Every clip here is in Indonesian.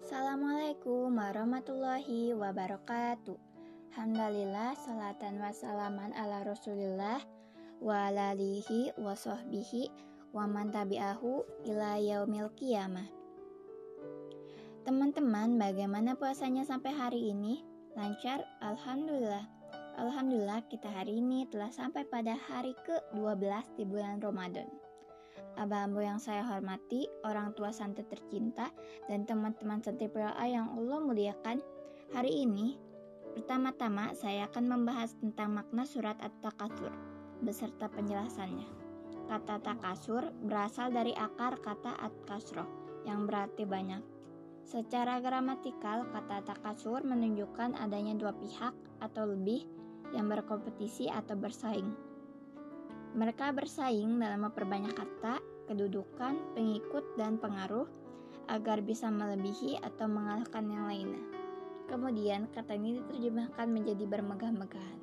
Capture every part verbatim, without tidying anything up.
Assalamualaikum warahmatullahi wabarakatuh. Alhamdulillah, salatan wassalaman ala rasulillah wa ala alihi wa sahbihi wa man tabi'ahu ila yaumil qiyamah. Teman-teman, bagaimana puasanya sampai hari ini? Lancar? Alhamdulillah. Alhamdulillah, kita hari ini telah sampai pada hari ke dua belas di bulan Ramadan. Abah Ambo yang saya hormati, orang tua santri tercinta, dan teman-teman santri P L A yang Allah muliakan. Hari ini, pertama-tama saya akan membahas tentang makna surat At-Takatsur beserta penjelasannya. Kata takasur berasal dari akar kata at-kasroh yang berarti banyak. Secara gramatikal, kata takasur menunjukkan adanya dua pihak atau lebih yang berkompetisi atau bersaing. Mereka bersaing dalam memperbanyak kata, kedudukan, pengikut, dan pengaruh agar bisa melebihi atau mengalahkan yang lainnya. Kemudian kata ini diterjemahkan menjadi bermegah-megahan.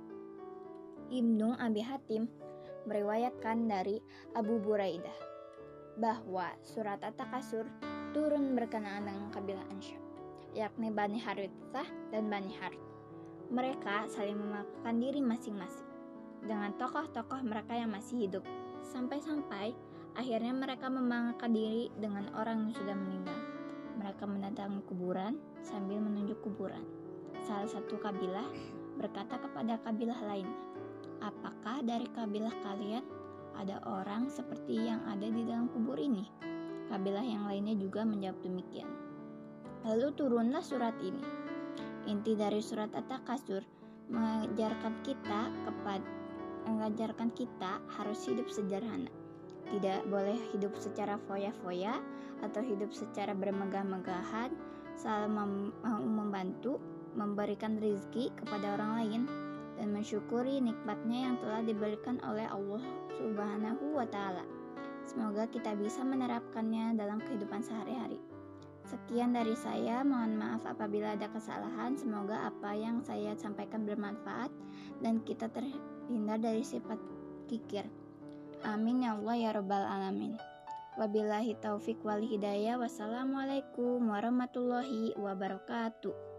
Ibnu Abi Hatim meriwayatkan dari Abu Buraidah bahwa surat At-Takasur turun berkenaan dengan kabilah Ansyab, yakni Bani Haritsah dan Bani Harith. Mereka saling memakan diri masing-masing dengan tokoh-tokoh mereka yang masih hidup, sampai-sampai akhirnya mereka membanggakan diri dengan orang yang sudah meninggal. Mereka mendatangi kuburan sambil menunjuk kuburan. Salah satu kabilah berkata kepada kabilah lainnya, "Apakah dari kabilah kalian ada orang seperti yang ada di dalam kubur ini?" Kabilah yang lainnya juga menjawab demikian. Lalu turunlah surat ini. Inti dari surat At-Takasur mengajarkan kita kepada mengajarkan kita harus hidup sederhana. Tidak boleh hidup secara foya-foya atau hidup secara bermegah-megahan, selalu mem- membantu, memberikan rezeki kepada orang lain, dan mensyukuri nikmatnya yang telah diberikan oleh Allah Subhanahu wa Ta'ala. Semoga kita bisa menerapkannya dalam kehidupan sehari-hari. Sekian dari saya, mohon maaf apabila ada kesalahan. Semoga apa yang saya sampaikan bermanfaat dan kita terhindar dari sifat kikir. Amin ya Allah ya Rabbal Alamin. Wabillahi taufik wal hidayah. Wassalamualaikum warahmatullahi wabarakatuh.